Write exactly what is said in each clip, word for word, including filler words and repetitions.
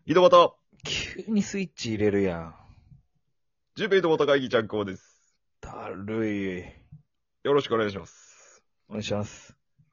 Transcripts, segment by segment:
井戸端、 急にスイッチ入れるやん。 ジュペイ戸端会議ちゃんこうです。 だるい。 よろしくお願いします。 お願いします。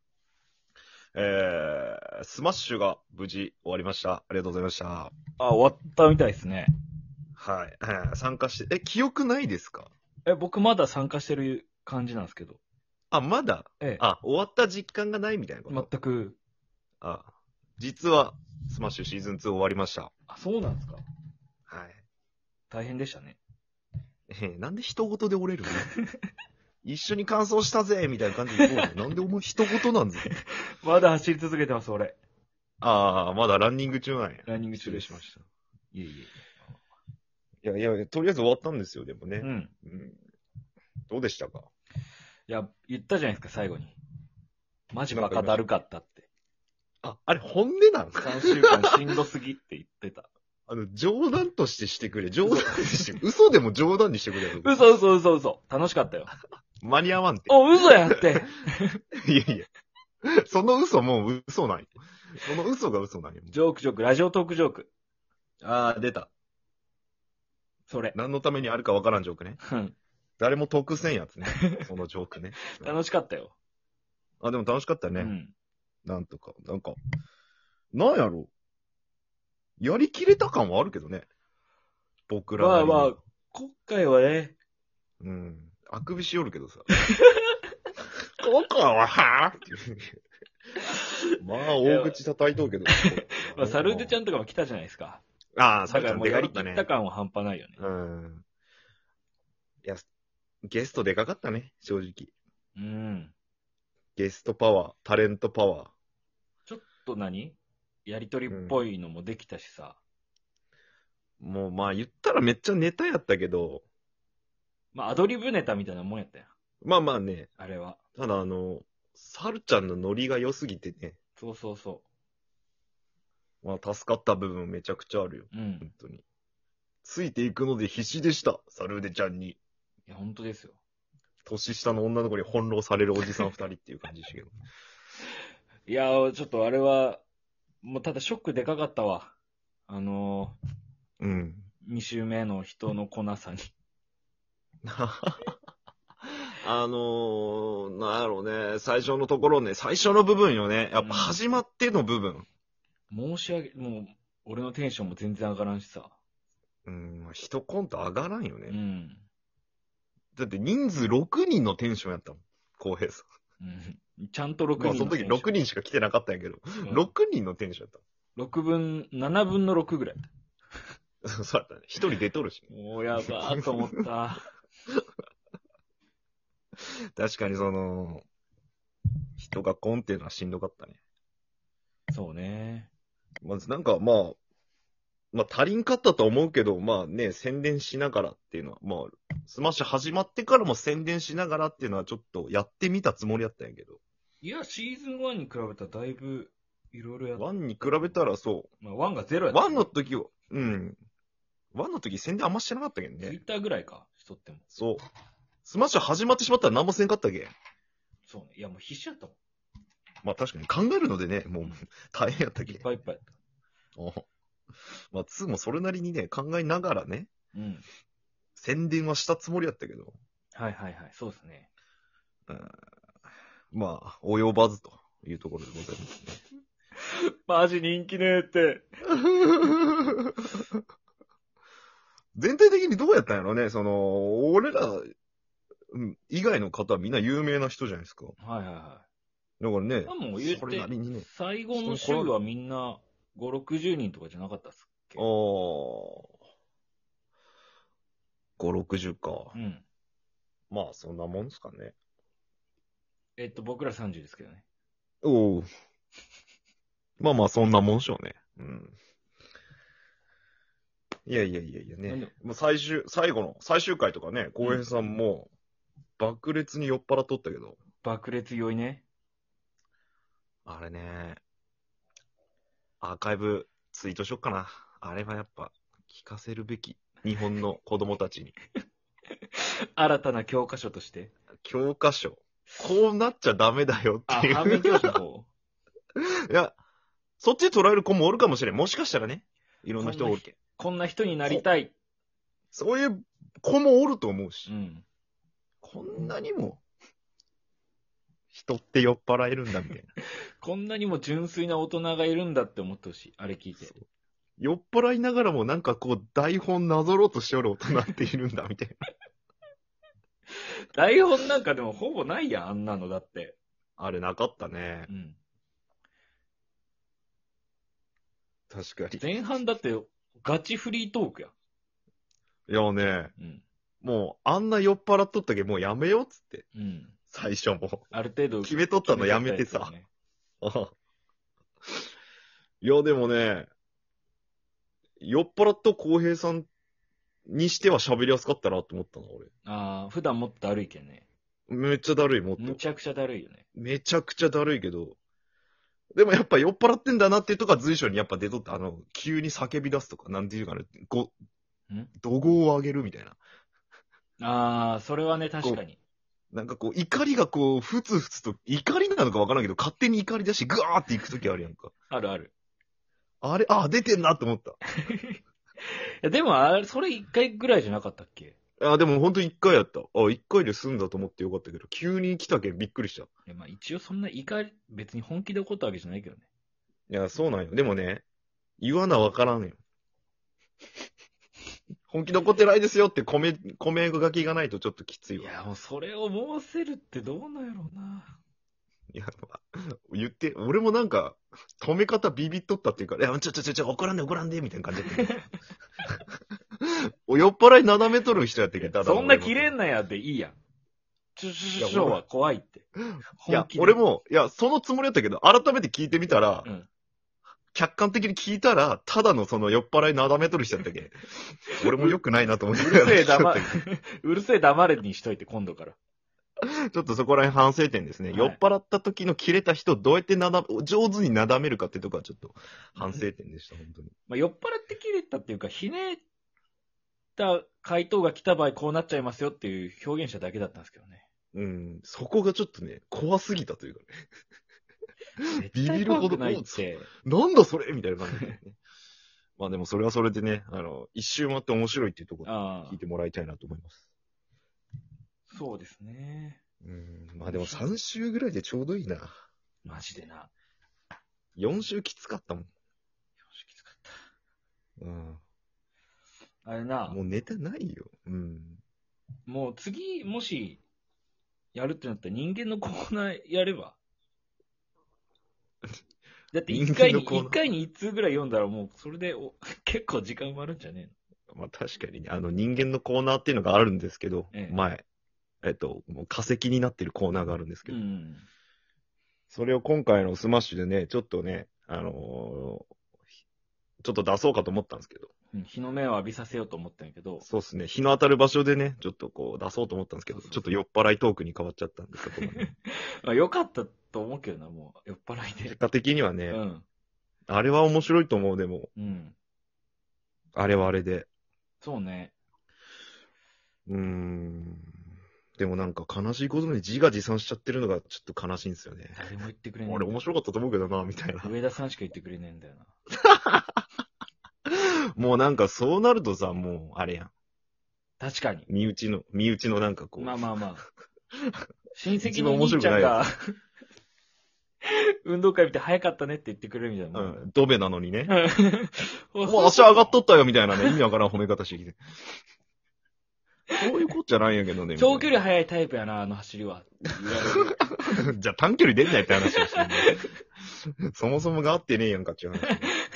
えー、スマッシュが無事終わりました。ありがとうございました。 あ、終わったみたいですね。 はい。えー参加して、え、記憶ないですか？ え、僕まだ参加してる感じなんですけど。 あ、まだええ。 あ、終わった実感がないみたいなこと、 全く。 あ、実は、スマッシュシーズンツー終わりました。 あ、そうなんですか。 はい。 大変でしたね。 えー、なんで人事で折れるの一緒に完走したぜみたいな感じで行こうよ。なんでお前人事なんぜ。 まだ走り続けてます、俺。 あー、まだランニング中なんや。 ランニング中失です。 礼しました。 いえいいやいや、とりあえず終わったんですよ、でもね。 え。うん。 うん、どうでしたか？ いや、言ったじゃないですか、最後に。マジバカだるかったって。 あ、あれ本音なの？ さんしゅうかんしんどすぎって言ってた。 あの、冗談としてしてくれ。冗談にしてくれ。嘘でも冗談にしてくれよ。 嘘嘘嘘嘘。楽しかったよ。 間に合わんて。 お、嘘やって。 いやいや。その嘘もう嘘なんよ。その嘘が嘘なんよ。 ジョークジョーク、ラジオトークジョーク。 あー、出た。 それ。 何のためにあるかわからんジョークね。 うん誰も得せんやつね。そのジョークね。 楽しかったよ。 あ、でも楽しかったね。 うん。 なんとか。なんか、なんやろ。やりきれた感はあるけどね。僕らなりに。 まあまあ、今回はね、 うん。あくびしよるけどさ。今回ははぁっていうまあ、大口叩いとうけど。 まあ、サルーデちゃん。 んとかも来たじゃないですか。 ああ、サルちゃんだからもうやでかかったねりきった。感は半端ないよね。 うん。いや、ゲストでかかったね、正直。 うん。 ゲストパワー、タレントパワー。 ちょっと何やりとりっぽいのもできたしさ。 もうまあ言ったらめっちゃネタやったけど、 まあ、アドリブネタみたいなもんやったよ。 まあまあね、 あれは。 ただあの、サルちゃんのノリが良すぎてね、 そうそうそまあ助かった部分めちゃくちゃあるよ。 う。うん。 本当に。ついていくので必死でした、サルーデちゃんに。 いや、本当ですよ。 年下の女の子に翻弄されるおじさん二人っていう感じでしたけど。 いやー、ちょっとあれは、もうただショックでかかったわ。あのうん。 ー、に週目の人の来なさに。 あのー、なんやろうね、最初のところね、最初の部分よね、やっぱ始まっての部分。 申し訳、もう、俺のテンションも全然上がらんしさ。 うん、一コント上がらんよね。 うん。 だって人数ろくにんのテンションやったもん、浩平さうん。ちゃんとろん。 くまあその時にんのテンション。 ろくにんしか来てなかったんやけど、 うんろくにんのテンションやっろくぶん、ななぶんのろくぐらい。 た。そうだったね。一人出とるし、ね。 もうやばーと思った。 確かにその、人がコンっていうのはしんどかったね。 そうね。 まずなんかまあ、まあ足りんかったと思うけど、まあね、宣伝しながらっていうのは、まあ、スマッシュ始まってからも宣伝しながらっていうのはちょっとやってみたつもりやったんやけど、 いや、シーズンワンに比べたらだいぶ、いろいろやっワンに比べたらそまあ、ワンがゼロう。 やった。 ワンの時は、うん。ワンの時宣伝あんましてなかったけどね。 ツイッターぐらいか、しとっても。 そう。スマッシュ始まってしまったら何もせんかったけん。 そうね。いや、もう必死やったもん。 まあ確かに考えるのでね、もう大変やったけん。 いっぱいいっぱいやった。 おまあツーもそれなりにね、考えながらね、 うん。 宣伝はしたつもりやったけど、 はいはいはい。そうですね。 うん、まあ、及ばずというところでございますね。 マジ人気ねーって。 全体的にどうやったんやろね、その、俺ら、うん以外の方はみんな有名な人じゃないですか。 はいはいはだからねい。あ、もう言っそれなてりにね、、 最後の週はみんなご、ろくじゅうにんとかじゃなかったっすっけ？ ああ、ご、ろくじゅうか。 うん。 まあ、そんなもんすかね。 えっと、僕らさんじゅうですけどね。 おお。まあまあ、そんなもんしょうね。うん。いやいやいやいやなんでね。もう最終、最後の、最終回とかね、浩平さんも、爆裂に酔っ払っとったけど、 爆裂酔いね。 あれね、アーカイブツイートしよっかな。あれはやっぱ、聞かせるべき。日本の子供たちに。 新たな教科書として。 教科書。こうなっちゃダメだよあ、 っていう。 反面教師の方。 いや、そっちで捉える子もおるかもしれん。もしかしたらね。 いろんな人おるけん。 こんな人になりたい。 そういう子もおると思うし、 うん。 こんなにも、人って酔っ払えるんだみたいな。 こんなにも純粋な大人がいるんだって思ってほしい。あれ聞いて。 そう酔っ払いながらもなんかこう台本なぞろうとしておる大人っているんだみたいな。 台本なんかでもほぼないやん、あんなのだって。 あれなかったねう。ん。 確かに。 前半だってガチフリートークやん。 いやね、 うん。 もうあんな酔っ払っとったけどもうやめようっつって。 うん。 最初も。 ある程度。 決めとったのやめてさ決めとったやつよね。 いやでもね、酔っ払った浩平さんにしては喋りやすかったなと思ったな、俺。 ああ、普段もっとだるいけんね。 めっちゃだるい、もっと。 むちゃくちゃだるいよね。 めちゃくちゃだるいけど。でもやっぱ酔っ払ってんだなっていうとこは随所にやっぱ出とった。あの、急に叫び出すとか、なんていうかね、ご、 ん怒号を上げるみたいな。 ああ、それはね、確かに。 なんかこう、怒りがこう、ふつふつと、怒りなのかわからんけど、勝手に怒り出して、ぐわーっていくときあるやんか。 あるある。 あれ、あ、出てんなって思った。 いやでも、あれ、それ一回ぐらいじゃなかったっけ？ あ、でもほんと一回やった。あ、一回で済んだと思ってよかったけど、急に来たけんびっくりした。 いや、まあ一応そんな怒り、別に本気で怒ったわけじゃないけどね。 いや、そうなんよ。でもね、言わなわからんよ。本気で怒ってないですよって米、米書きがないとちょっときついわ。 いや、もうそれを申せるってどうなんやろうな。 いや、まあ言って、俺もなんか、止め方ビビっとったっていうか、いや、ちょちょちょちょ、怒らんで怒らんで、みたいな感じだったけど。お酔っ払いななめとる人やったけど、ただのそんな切れんなやでいいやん。ちょちょちょちょは怖いって。 いや本、気で俺。も、いや、そのつもりだったけど、改めて聞いてみたら、 うん。 客観的に聞いたら、ただのその酔っ払いなだめとる人やったけん。俺も良くないなと思って。 うるせえ黙ちょっうるせえ黙れにしといて、今度から。 とちょっとそこら辺反省点ですね。 はい酔っ払った時の切れた人、どうやってなだ、上手になだめるかっていうところはちょっと反省点でした、本当に。 まあ、酔っ払って切れたっていうか、ひねった回答が来た場合こうなっちゃいますよっていう表現者だけだったんですけどね。 うん。そこがちょっとね、怖すぎたというかね。ビ絶対ビるほど怖くないって。 なんだそれみたいな感じで、ね。まあでもそれはそれでね、あの、一周回って面白いっていうところあ聞いてもらいたいなと思います。 あ、そうですね。 うん。まあでもさん週ぐらいでちょうどいいな。 マジでな。 よん週きつかったもん。 よし、きつかっうん。 た。あれな、 もうネタないよ。うん。 もう次、もし、やるってなったら人間のコーナーやれば。だって一回に、 人間のコーナー一回に一通ぐらい読んだらもう、それでお結構時間埋まるんじゃねまあ確かにね、あの人間のコーナーっていうのがあるんですけど、 ええ前。えっと、もう化石になってるコーナーがあるんですけえの。 ど、 うん。 それを今回のスマッシュでね、ちょっとね、あのーちょっと出そうかと思ったんですけど、 うん日の目を浴びさせようと思ったんやけど、 そうですね、日の当たる場所でね、ちょっとこう出そうと思ったんですけど、 そうそうそうちょっと酔っ払いトークに変わっちゃったんで、そこがね。 まあ、よかったと思うけどな、もう、酔っ払いで。 結果的にはね、 うん。 あれは面白いと思う、でも、 うん。 あれはあれで。 そうね。 うーん。でもなんか悲しいことに自画自賛しちゃってるのがちょっと悲しいんですよね。 誰も言ってくれねえん俺だよ。 面白かったと思うけどな、みたいな。 上田さんしか言ってくれねえんだよな。 もうなんかそうなるとさ、もうあれやん。 確かに。 身内の、身内のなんかこう。 まあまあまあ。親戚一番の兄面白くないやちゃんが、運動会見て早かったねって言ってくれるみたいなもん。 うん、ドベなのにね。 うん。 もう足上がっとったよ、みたいなね、意味わからん褒め方してきて。そういうこっちゃないんやけどね。みたいな長距離速いタイプやな、あの走りは。言われるじゃあ短距離出んないって話をしてんだよそもそもが合ってねえやんかっていう話。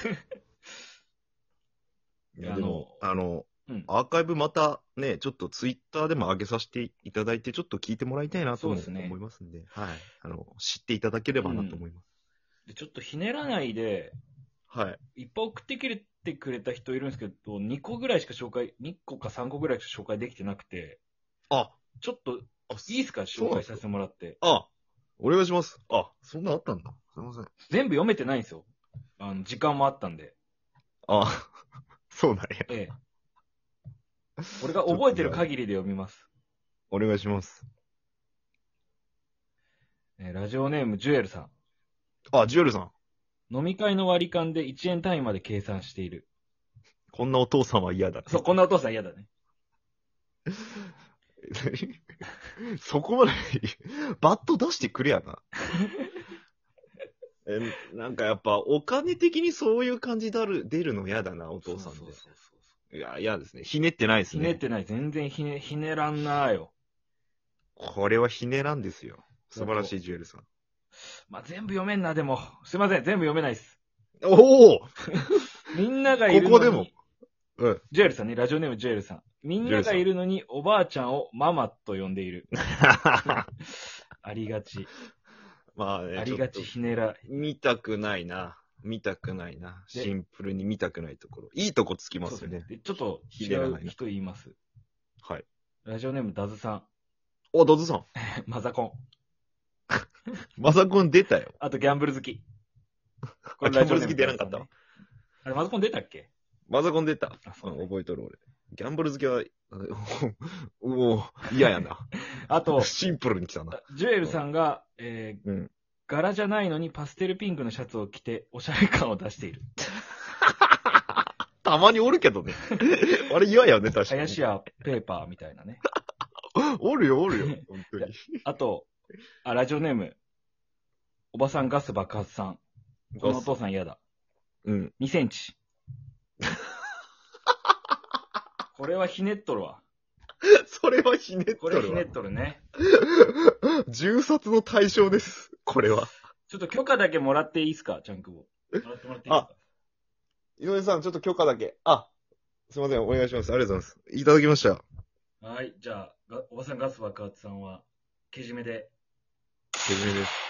いや、でも、あの、 うん。 アーカイブまたね、ちょっとツイッターでも上げさせていただいて、ちょっと聞いてもらいたいなともそうですね思いますんで、はい。あの、知っていただければなと思います。 でちょっとひねらないで、 はい。 いっぱい送ってきてくれた人いるんですけど、にこぐらいしか紹介、にこかさんこぐらいしか紹介できてなくて、 あ、 ちょっと、 あいいですか紹介させてもらって。 あ、お願いします。あ、そんなあったんだ。すいません。 全部読めてないんですよ。あの、時間もあったんで。 あ、そうなんや。 ええ。俺が覚えてる限りで読みます。 お願いします。 えーラジオネームジュエルさん。 あ、ジュエルさん。 飲み会の割り勘でいちえん単位まで計算している。 こんなお父さんは嫌だ。 そう、こんなお父さん嫌だね。 そこまで、バット出してくれやな。え、なんかやっぱお金的にそういう感じ出る、出るの嫌だな、お父さんで。 そうそうそうそういや、嫌ですね。ひねってないですね。 ひねってない。全然ひね、ひねらんなーよ。 これはひねらんですよ。素晴らしいジュエルさん。 まあ、全部読めんな、でも。すいません、全部読めないっす。 おおみんながいるのに。 ここでも。うん。 ジュエルさんね、ラジオネームジュエルさん。みんながいるのに、おばあちゃんをママと呼んでいる。ありがち。 まあね。 ありがちひねら。 見たくないな。見たくないな。シンプルに見たくないところ。いいとこつきますよね。 でちょっと違う人言います。 はい。 ラジオネームダズさん。 お、ドズさん。 マザコン。 マザコン出たよ。 あとギャンブル好き。 これギャンブル好き出なかったわ。 あれ、マザコン出たっけ？ マザコン出た。 あ、そう、 ね、うん、覚えとる俺。ギャンブル好きは、おお、嫌やな。 あと、 シンプルに来たな。 ジュエルさんが、えー、うん、柄じゃないのにパステルピンクのシャツを着て、おしゃれ感を出している。 たまにおるけどね。あれ嫌やね、確かに。 林家ペーパーみたいなね。 おるよ、おるよ。本当に。 あと、あ、ラジオネーム、おばさんガス爆発さん。このお父さん嫌だ。 うん。 にセンチ。これはひねっとるわ。 それはひねっとるわ。 これはひねっとるね。 銃殺の対象です。これは。 ちょっと許可だけもらっていいですか、チャンクボ。もらってもらっていいですか。 井上さん、ちょっと許可だけ。あ、すいません、お願いします。ありがとうございます。いただきました。 はい、じゃあ、おばさんガス爆発さんは、けじめで。 けじめです。